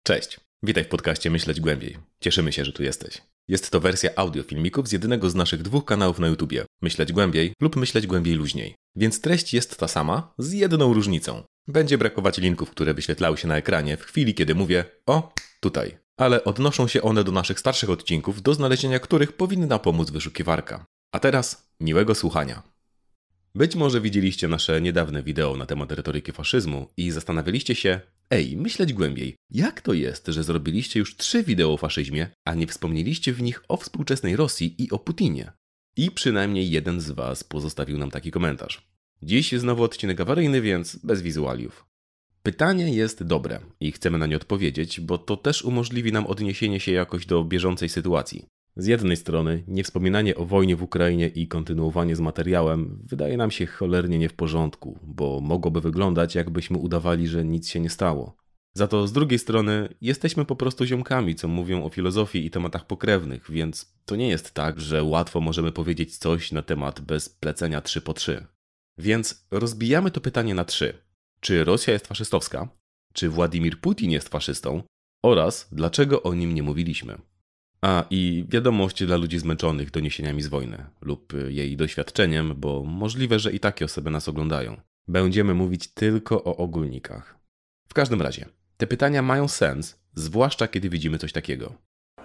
Cześć, witaj w podcaście Myśleć Głębiej. Cieszymy się, że tu jesteś. Jest to wersja audio filmików z jednego z naszych dwóch kanałów na YouTubie. Myśleć Głębiej lub Myśleć Głębiej Luźniej. Więc treść jest ta sama, z jedną różnicą. Będzie brakować linków, które wyświetlały się na ekranie w chwili, kiedy mówię o, tutaj. Ale odnoszą się one do naszych starszych odcinków, do znalezienia których powinna pomóc wyszukiwarka. A teraz miłego słuchania. Być może widzieliście nasze niedawne wideo na temat retoryki faszyzmu i zastanawialiście się, myśleć głębiej, jak to jest, że zrobiliście już 3 wideo o faszyzmie, a nie wspomnieliście w nich o współczesnej Rosji i o Putinie? I przynajmniej jeden z was pozostawił nam taki komentarz. Dziś znowu odcinek awaryjny, więc bez wizualiów. Pytanie jest dobre i chcemy na nie odpowiedzieć, bo to też umożliwi nam odniesienie się jakoś do bieżącej sytuacji. Z jednej strony niewspominanie o wojnie w Ukrainie i kontynuowanie z materiałem wydaje nam się cholernie nie w porządku, bo mogłoby wyglądać, jakbyśmy udawali, że nic się nie stało. Za to z drugiej strony jesteśmy po prostu ziomkami, co mówią o filozofii i tematach pokrewnych, więc to nie jest tak, że łatwo możemy powiedzieć coś na temat bez plecenia 3 po 3. Więc rozbijamy to pytanie na 3. Czy Rosja jest faszystowska? Czy Władimir Putin jest faszystą? Oraz dlaczego o nim nie mówiliśmy? A i wiadomość dla ludzi zmęczonych doniesieniami z wojny lub jej doświadczeniem, bo możliwe, że i takie osoby nas oglądają. Będziemy mówić tylko o ogólnikach. W każdym razie, te pytania mają sens, zwłaszcza kiedy widzimy coś takiego.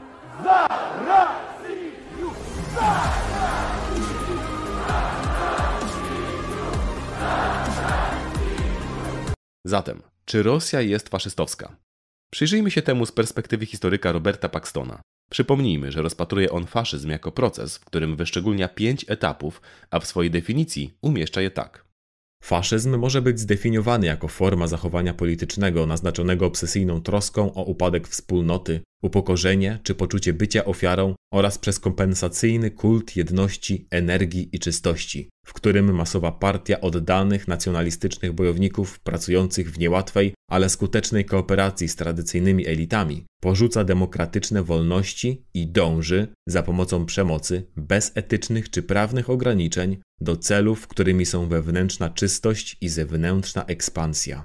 Zatem, czy Rosja jest faszystowska? Przyjrzyjmy się temu z perspektywy historyka Roberta Paxtona. Przypomnijmy, że rozpatruje on faszyzm jako proces, w którym wyszczególnia 5 etapów, a w swojej definicji umieszcza je tak. Faszyzm może być zdefiniowany jako forma zachowania politycznego naznaczonego obsesyjną troską o upadek wspólnoty, upokorzenie czy poczucie bycia ofiarą oraz przez kompensacyjny kult jedności, energii i czystości, w którym masowa partia oddanych nacjonalistycznych bojowników pracujących w niełatwej, ale skutecznej kooperacji z tradycyjnymi elitami porzuca demokratyczne wolności i dąży, za pomocą przemocy, bez etycznych czy prawnych ograniczeń, do celów, którymi są wewnętrzna czystość i zewnętrzna ekspansja.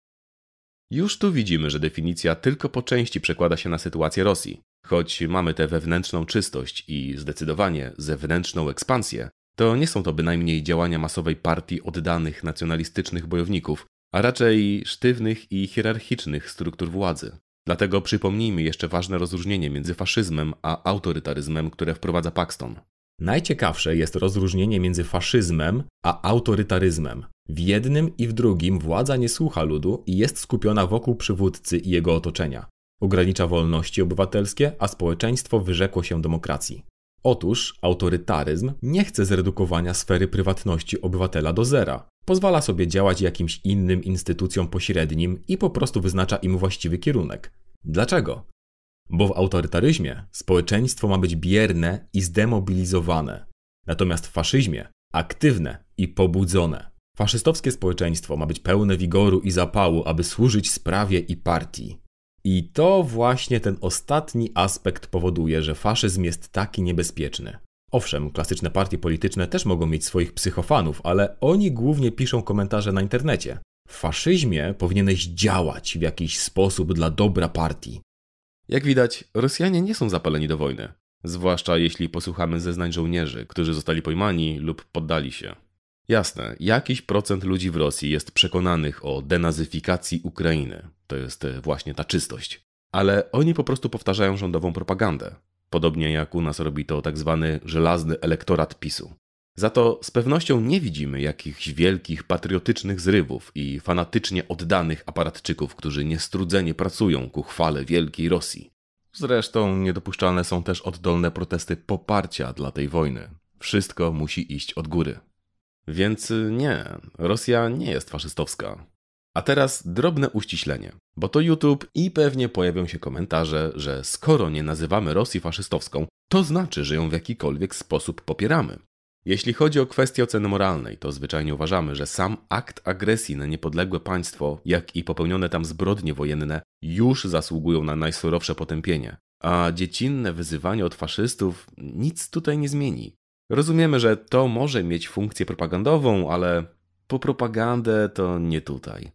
Już tu widzimy, że definicja tylko po części przekłada się na sytuację Rosji. Choć mamy tę wewnętrzną czystość i zdecydowanie zewnętrzną ekspansję, to nie są to bynajmniej działania masowej partii oddanych nacjonalistycznych bojowników, a raczej sztywnych i hierarchicznych struktur władzy. Dlatego przypomnijmy jeszcze ważne rozróżnienie między faszyzmem a autorytaryzmem, które wprowadza Paxton. Najciekawsze jest rozróżnienie między faszyzmem a autorytaryzmem. W jednym i w drugim władza nie słucha ludu i jest skupiona wokół przywódcy i jego otoczenia. Ogranicza wolności obywatelskie, a społeczeństwo wyrzekło się demokracji. Otóż autorytaryzm nie chce zredukowania sfery prywatności obywatela do zera. Pozwala sobie działać jakimś innym instytucjom pośrednim i po prostu wyznacza im właściwy kierunek. Dlaczego? Bo w autorytaryzmie społeczeństwo ma być bierne i zdemobilizowane. Natomiast w faszyzmie aktywne i pobudzone. Faszystowskie społeczeństwo ma być pełne wigoru i zapału, aby służyć sprawie i partii. I to właśnie ten ostatni aspekt powoduje, że faszyzm jest taki niebezpieczny. Owszem, klasyczne partie polityczne też mogą mieć swoich psychofanów, ale oni głównie piszą komentarze na internecie. W faszyzmie powinieneś działać w jakiś sposób dla dobra partii. Jak widać, Rosjanie nie są zapaleni do wojny. Zwłaszcza jeśli posłuchamy zeznań żołnierzy, którzy zostali pojmani lub poddali się. Jasne, jakiś procent ludzi w Rosji jest przekonanych o denazyfikacji Ukrainy. To jest właśnie ta czystość. Ale oni po prostu powtarzają rządową propagandę. Podobnie jak u nas robi to tak zwany żelazny elektorat PiS-u. Za to z pewnością nie widzimy jakichś wielkich patriotycznych zrywów i fanatycznie oddanych aparatczyków, którzy niestrudzenie pracują ku chwale wielkiej Rosji. Zresztą niedopuszczalne są też oddolne protesty poparcia dla tej wojny. Wszystko musi iść od góry. Więc nie, Rosja nie jest faszystowska. A teraz drobne uściślenie, bo to YouTube i pewnie pojawią się komentarze, że skoro nie nazywamy Rosji faszystowską, to znaczy, że ją w jakikolwiek sposób popieramy. Jeśli chodzi o kwestię oceny moralnej, to zwyczajnie uważamy, że sam akt agresji na niepodległe państwo, jak i popełnione tam zbrodnie wojenne, już zasługują na najsurowsze potępienie. A dziecinne wyzywanie od faszystów nic tutaj nie zmieni. Rozumiemy, że to może mieć funkcję propagandową, ale po propagandę to nie tutaj.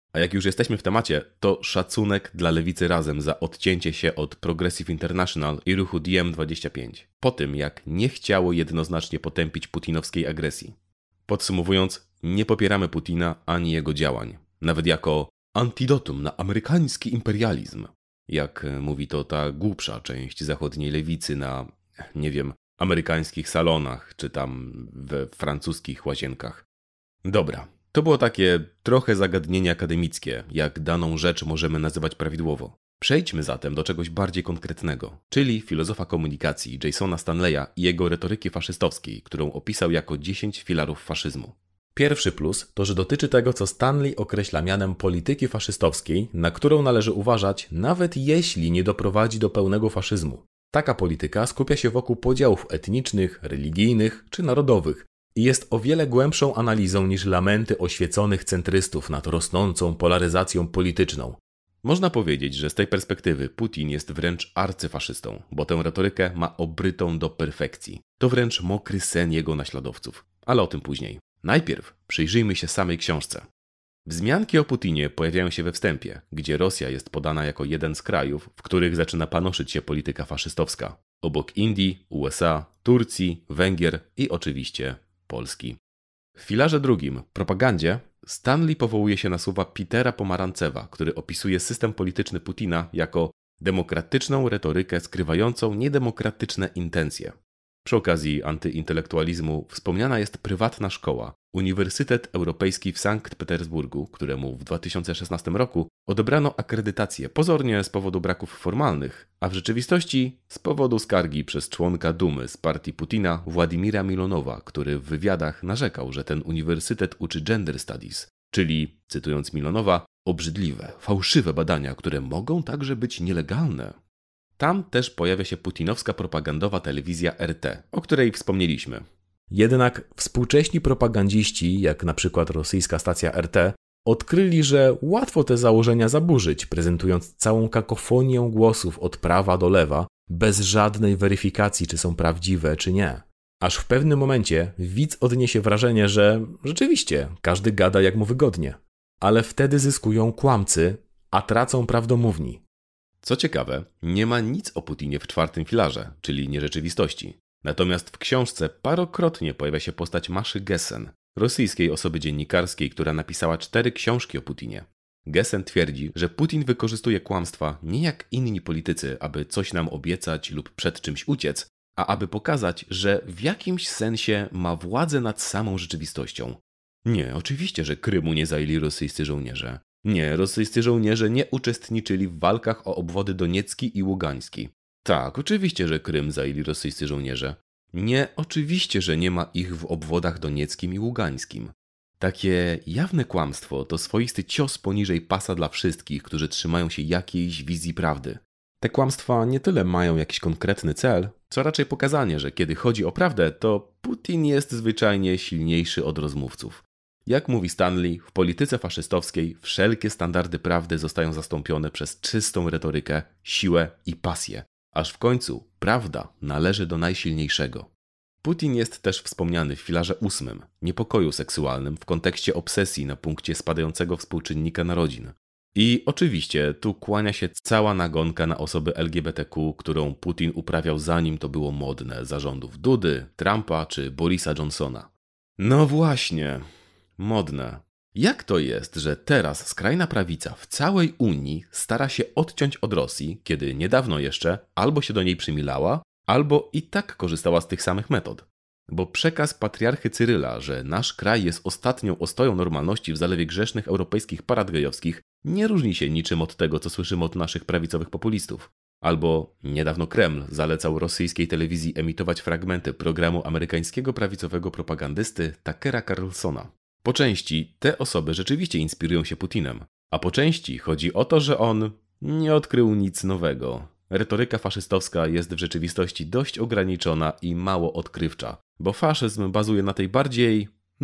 A jak już jesteśmy w temacie, to szacunek dla Lewicy Razem za odcięcie się od Progressive International i ruchu Diem25, po tym jak nie chciało jednoznacznie potępić putinowskiej agresji. Podsumowując, nie popieramy Putina ani jego działań, nawet jako antidotum na amerykański imperializm, jak mówi to ta głupsza część zachodniej lewicy na, nie wiem, amerykańskich salonach czy tam we francuskich łazienkach. Dobra. To było takie trochę zagadnienie akademickie, jak daną rzecz możemy nazywać prawidłowo. Przejdźmy zatem do czegoś bardziej konkretnego, czyli filozofa komunikacji Jasona Stanleya i jego retoryki faszystowskiej, którą opisał jako 10 filarów faszyzmu. Pierwszy plus to, że dotyczy tego, co Stanley określa mianem polityki faszystowskiej, na którą należy uważać, nawet jeśli nie doprowadzi do pełnego faszyzmu. Taka polityka skupia się wokół podziałów etnicznych, religijnych czy narodowych, i jest o wiele głębszą analizą niż lamenty oświeconych centrystów nad rosnącą polaryzacją polityczną. Można powiedzieć, że z tej perspektywy Putin jest wręcz arcyfaszystą, bo tę retorykę ma obrytą do perfekcji. To wręcz mokry sen jego naśladowców. Ale o tym później. Najpierw przyjrzyjmy się samej książce. Wzmianki o Putinie pojawiają się we wstępie, gdzie Rosja jest podana jako jeden z krajów, w których zaczyna panoszyć się polityka faszystowska. Obok Indii, USA, Turcji, Węgier i oczywiście Polski. W filarze drugim, propagandzie, Stanley powołuje się na słowa Petera Pomarancewa, który opisuje system polityczny Putina jako demokratyczną retorykę skrywającą niedemokratyczne intencje. Przy okazji antyintelektualizmu wspomniana jest prywatna szkoła, Uniwersytet Europejski w Sankt Petersburgu, któremu w 2016 roku odebrano akredytację pozornie z powodu braków formalnych, a w rzeczywistości z powodu skargi przez członka Dumy z partii Putina Władimira Milonowa, który w wywiadach narzekał, że ten uniwersytet uczy gender studies, czyli, cytując Milonowa, obrzydliwe, fałszywe badania, które mogą także być nielegalne. Tam też pojawia się putinowska propagandowa telewizja RT, o której wspomnieliśmy. Jednak współcześni propagandziści, jak na przykład rosyjska stacja RT, odkryli, że łatwo te założenia zaburzyć, prezentując całą kakofonię głosów od prawa do lewa, bez żadnej weryfikacji, czy są prawdziwe, czy nie. Aż w pewnym momencie widz odniesie wrażenie, że rzeczywiście każdy gada jak mu wygodnie. Ale wtedy zyskują kłamcy, a tracą prawdomówni. Co ciekawe, nie ma nic o Putinie w czwartym filarze, czyli nierzeczywistości. Natomiast w książce parokrotnie pojawia się postać Maszy Gessen, rosyjskiej osoby dziennikarskiej, która napisała 4 książki o Putinie. Gessen twierdzi, że Putin wykorzystuje kłamstwa nie jak inni politycy, aby coś nam obiecać lub przed czymś uciec, a aby pokazać, że w jakimś sensie ma władzę nad samą rzeczywistością. Nie, oczywiście, że Krymu nie zajęli rosyjscy żołnierze. Nie, rosyjscy żołnierze nie uczestniczyli w walkach o obwody Doniecki i Ługański. Tak, oczywiście, że Krym zajęli rosyjscy żołnierze. Nie, oczywiście, że nie ma ich w obwodach donieckim i ługańskim. Takie jawne kłamstwo to swoisty cios poniżej pasa dla wszystkich, którzy trzymają się jakiejś wizji prawdy. Te kłamstwa nie tyle mają jakiś konkretny cel, co raczej pokazanie, że kiedy chodzi o prawdę, to Putin jest zwyczajnie silniejszy od rozmówców. Jak mówi Stanley, w polityce faszystowskiej wszelkie standardy prawdy zostają zastąpione przez czystą retorykę, siłę i pasję. Aż w końcu prawda należy do najsilniejszego. Putin jest też wspomniany w filarze 8, niepokoju seksualnym w kontekście obsesji na punkcie spadającego współczynnika narodzin. I oczywiście tu kłania się cała nagonka na osoby LGBTQ, którą Putin uprawiał zanim to było modne za rządów Dudy, Trumpa czy Borisa Johnsona. No właśnie, modne. Jak to jest, że teraz skrajna prawica w całej Unii stara się odciąć od Rosji, kiedy niedawno jeszcze albo się do niej przymilała, albo i tak korzystała z tych samych metod? Bo przekaz patriarchy Cyryla, że nasz kraj jest ostatnią ostoją normalności w zalewie grzesznych europejskich parad gejowskich, nie różni się niczym od tego, co słyszymy od naszych prawicowych populistów. Albo niedawno Kreml zalecał rosyjskiej telewizji emitować fragmenty programu amerykańskiego prawicowego propagandysty Tuckera Carlsona. Po części te osoby rzeczywiście inspirują się Putinem, a po części chodzi o to, że on nie odkrył nic nowego. Retoryka faszystowska jest w rzeczywistości dość ograniczona i mało odkrywcza, bo faszyzm bazuje na tej bardziej,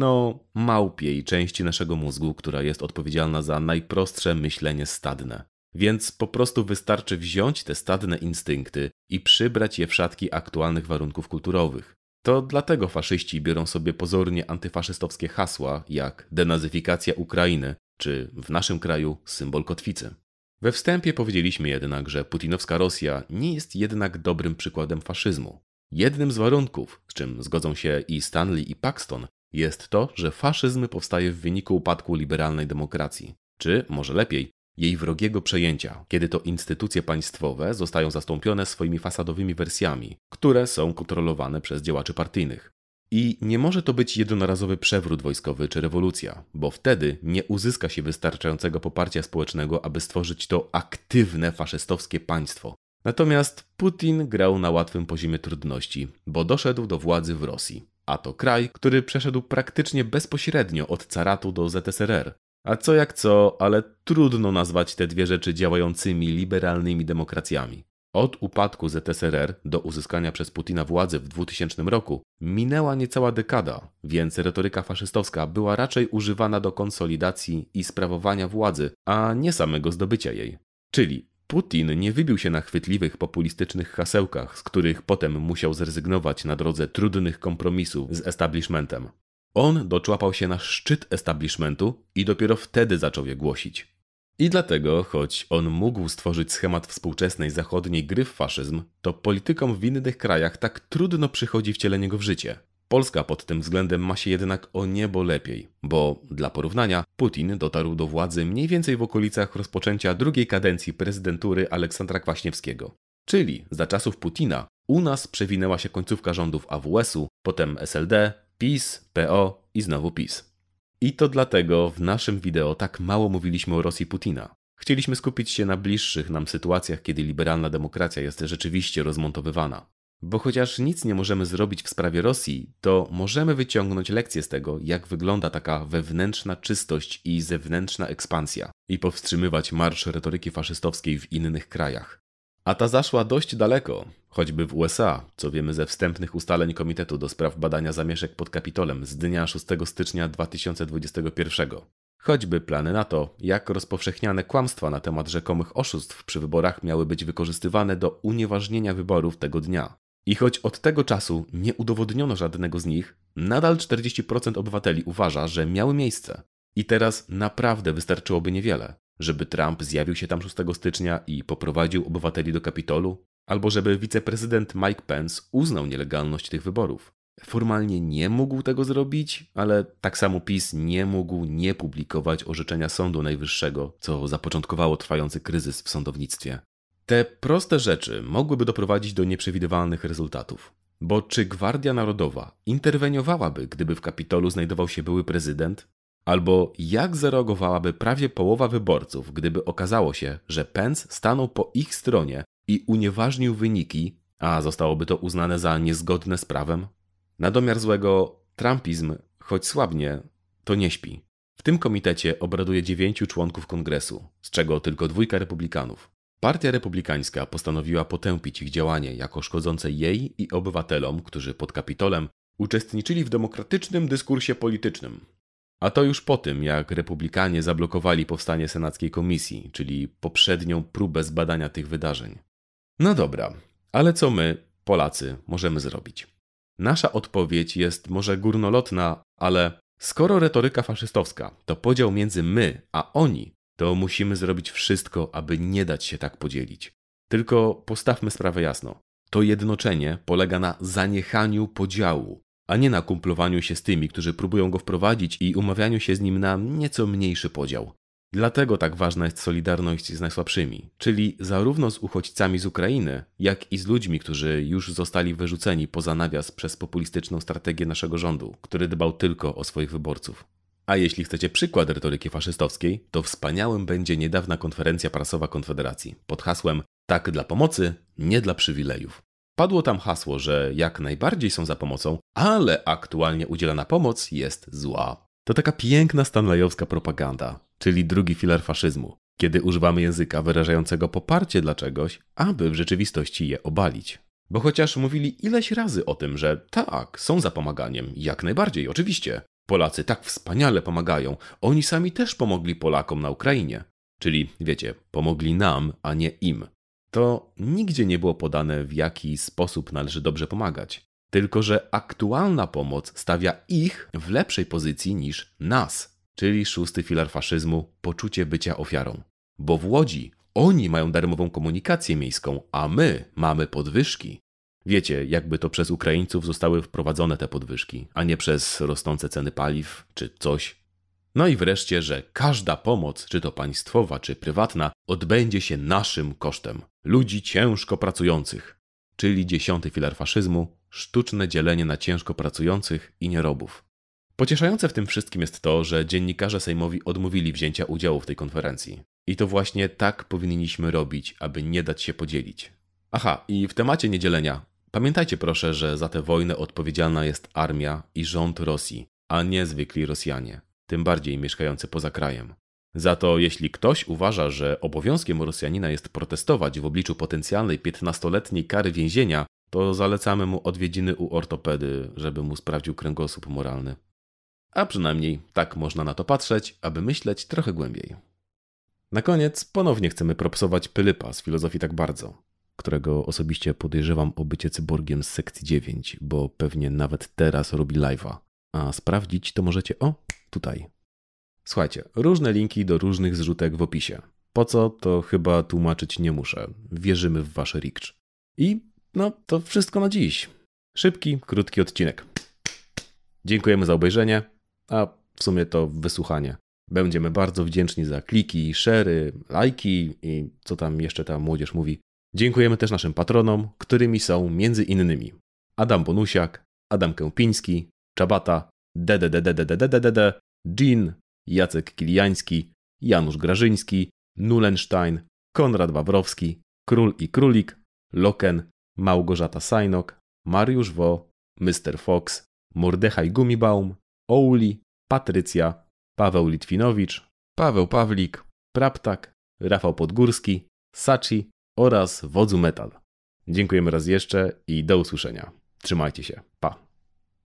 małpiej części naszego mózgu, która jest odpowiedzialna za najprostsze myślenie stadne. Więc po prostu wystarczy wziąć te stadne instynkty i przybrać je w szatki aktualnych warunków kulturowych. To dlatego faszyści biorą sobie pozornie antyfaszystowskie hasła, jak denazyfikacja Ukrainy, czy w naszym kraju symbol kotwicy. We wstępie powiedzieliśmy jednak, że putinowska Rosja nie jest jednak dobrym przykładem faszyzmu. Jednym z warunków, z czym zgodzą się i Stanley i Paxton, jest to, że faszyzm powstaje w wyniku upadku liberalnej demokracji, czy może lepiej, jej wrogiego przejęcia, kiedy to instytucje państwowe zostają zastąpione swoimi fasadowymi wersjami, które są kontrolowane przez działaczy partyjnych. I nie może to być jednorazowy przewrót wojskowy czy rewolucja, bo wtedy nie uzyska się wystarczającego poparcia społecznego, aby stworzyć to aktywne faszystowskie państwo. Natomiast Putin grał na łatwym poziomie trudności, bo doszedł do władzy w Rosji. A to kraj, który przeszedł praktycznie bezpośrednio od caratu do ZSRR. A co jak co, ale trudno nazwać te dwie rzeczy działającymi liberalnymi demokracjami. Od upadku ZSRR do uzyskania przez Putina władzy w 2000 roku minęła niecała dekada, więc retoryka faszystowska była raczej używana do konsolidacji i sprawowania władzy, a nie samego zdobycia jej. Czyli Putin nie wybił się na chwytliwych, populistycznych hasełkach, z których potem musiał zrezygnować na drodze trudnych kompromisów z establishmentem. On doczłapał się na szczyt establishmentu i dopiero wtedy zaczął je głosić. I dlatego, choć on mógł stworzyć schemat współczesnej zachodniej gry w faszyzm, to politykom w innych krajach tak trudno przychodzi wcielenie go w życie. Polska pod tym względem ma się jednak o niebo lepiej, bo dla porównania Putin dotarł do władzy mniej więcej w okolicach rozpoczęcia drugiej kadencji prezydentury Aleksandra Kwaśniewskiego. Czyli za czasów Putina u nas przewinęła się końcówka rządów AWS-u, potem SLD, PiS, PO i znowu PiS. I to dlatego w naszym wideo tak mało mówiliśmy o Rosji Putina. Chcieliśmy skupić się na bliższych nam sytuacjach, kiedy liberalna demokracja jest rzeczywiście rozmontowywana. Bo chociaż nic nie możemy zrobić w sprawie Rosji, to możemy wyciągnąć lekcję z tego, jak wygląda taka wewnętrzna czystość i zewnętrzna ekspansja i powstrzymywać marsz retoryki faszystowskiej w innych krajach. A ta zaszła dość daleko, choćby w USA, co wiemy ze wstępnych ustaleń Komitetu do spraw badania zamieszek pod Kapitolem z dnia 6 stycznia 2021. Choćby plany na to, jak rozpowszechniane kłamstwa na temat rzekomych oszustw przy wyborach miały być wykorzystywane do unieważnienia wyborów tego dnia. I choć od tego czasu nie udowodniono żadnego z nich, nadal 40% obywateli uważa, że miały miejsce. I teraz naprawdę wystarczyłoby niewiele, żeby Trump zjawił się tam 6 stycznia i poprowadził obywateli do Kapitolu, albo żeby wiceprezydent Mike Pence uznał nielegalność tych wyborów. Formalnie nie mógł tego zrobić, ale tak samo PiS nie mógł nie publikować orzeczenia Sądu Najwyższego, co zapoczątkowało trwający kryzys w sądownictwie. Te proste rzeczy mogłyby doprowadzić do nieprzewidywalnych rezultatów. Bo czy Gwardia Narodowa interweniowałaby, gdyby w Kapitolu znajdował się były prezydent? Albo jak zareagowałaby prawie połowa wyborców, gdyby okazało się, że Pence stanął po ich stronie i unieważnił wyniki, a zostałoby to uznane za niezgodne z prawem? Na domiar złego, trumpizm, choć słabnie, to nie śpi. W tym komitecie obraduje 9 członków kongresu, z czego tylko 2 republikanów. Partia republikańska postanowiła potępić ich działanie jako szkodzące jej i obywatelom, którzy pod Kapitolem uczestniczyli w demokratycznym dyskursie politycznym. A to już po tym, jak republikanie zablokowali powstanie senackiej komisji, czyli poprzednią próbę zbadania tych wydarzeń. No dobra, ale co my, Polacy, możemy zrobić? Nasza odpowiedź jest może górnolotna, ale skoro retoryka faszystowska to podział między my a oni, to musimy zrobić wszystko, aby nie dać się tak podzielić. Tylko postawmy sprawę jasno. To jednoczenie polega na zaniechaniu podziału, a nie na kumplowaniu się z tymi, którzy próbują go wprowadzić i umawianiu się z nim na nieco mniejszy podział. Dlatego tak ważna jest solidarność z najsłabszymi, czyli zarówno z uchodźcami z Ukrainy, jak i z ludźmi, którzy już zostali wyrzuceni poza nawias przez populistyczną strategię naszego rządu, który dbał tylko o swoich wyborców. A jeśli chcecie przykład retoryki faszystowskiej, to wspaniałym będzie niedawna konferencja prasowa Konfederacji pod hasłem „Tak dla pomocy, nie dla przywilejów”. Padło tam hasło, że jak najbardziej są za pomocą, ale aktualnie udzielana pomoc jest zła. To taka piękna stanleyowska propaganda, czyli drugi filar faszyzmu, kiedy używamy języka wyrażającego poparcie dla czegoś, aby w rzeczywistości je obalić. Bo chociaż mówili ileś razy o tym, że tak, są za pomaganiem, jak najbardziej, oczywiście. Polacy tak wspaniale pomagają, oni sami też pomogli Polakom na Ukrainie. Czyli, wiecie, pomogli nam, a nie im. To nigdzie nie było podane, w jaki sposób należy dobrze pomagać. Tylko że aktualna pomoc stawia ich w lepszej pozycji niż nas. czyli 6. filar faszyzmu, poczucie bycia ofiarą. Bo w Łodzi oni mają darmową komunikację miejską, a my mamy podwyżki. Wiecie, jakby to przez Ukraińców zostały wprowadzone te podwyżki, a nie przez rosnące ceny paliw czy coś. No i wreszcie, że każda pomoc, czy to państwowa, czy prywatna, odbędzie się naszym kosztem. Ludzi ciężko pracujących. Czyli 10. filar faszyzmu, sztuczne dzielenie na ciężko pracujących i nierobów. Pocieszające w tym wszystkim jest to, że dziennikarze sejmowi odmówili wzięcia udziału w tej konferencji. I to właśnie tak powinniśmy robić, aby nie dać się podzielić. Aha, i w temacie niedzielenia. Pamiętajcie proszę, że za tę wojnę odpowiedzialna jest armia i rząd Rosji, a nie zwykli Rosjanie, tym bardziej mieszkający poza krajem. Za to jeśli ktoś uważa, że obowiązkiem Rosjanina jest protestować w obliczu potencjalnej 15-letniej kary więzienia, to zalecamy mu odwiedziny u ortopedy, żeby mu sprawdził kręgosłup moralny. A przynajmniej tak można na to patrzeć, aby myśleć trochę głębiej. Na koniec ponownie chcemy propsować Pylypa z Filozofii tak bardzo, którego osobiście podejrzewam o bycie cyborgiem z sekcji 9, bo pewnie nawet teraz robi live'a. A sprawdzić to możecie tutaj. Słuchajcie, różne linki do różnych zrzutek w opisie. Po co, to chyba tłumaczyć nie muszę. Wierzymy w wasze rikcz. I to wszystko na dziś. Szybki, krótki odcinek. Dziękujemy za obejrzenie, a w sumie to wysłuchanie. Będziemy bardzo wdzięczni za kliki, share'y, lajki i co tam jeszcze ta młodzież mówi. Dziękujemy też naszym patronom, którymi są między innymi Adam Bonusiak, Adam Kępiński, Czabata, DDDDDDDDD, Jean, Jacek Kiliański, Janusz Grażyński, Nulenstein, Konrad Wawrowski, Król i Królik, Loken, Małgorzata Sajnok, Mariusz Wo, Mr. Fox, Mordechaj Gumibaum, Ouli, Patrycja, Paweł Litwinowicz, Paweł Pawlik, Praptak, Rafał Podgórski, Sachi oraz Wodzu Metal. Dziękujemy raz jeszcze i do usłyszenia. Trzymajcie się. Pa.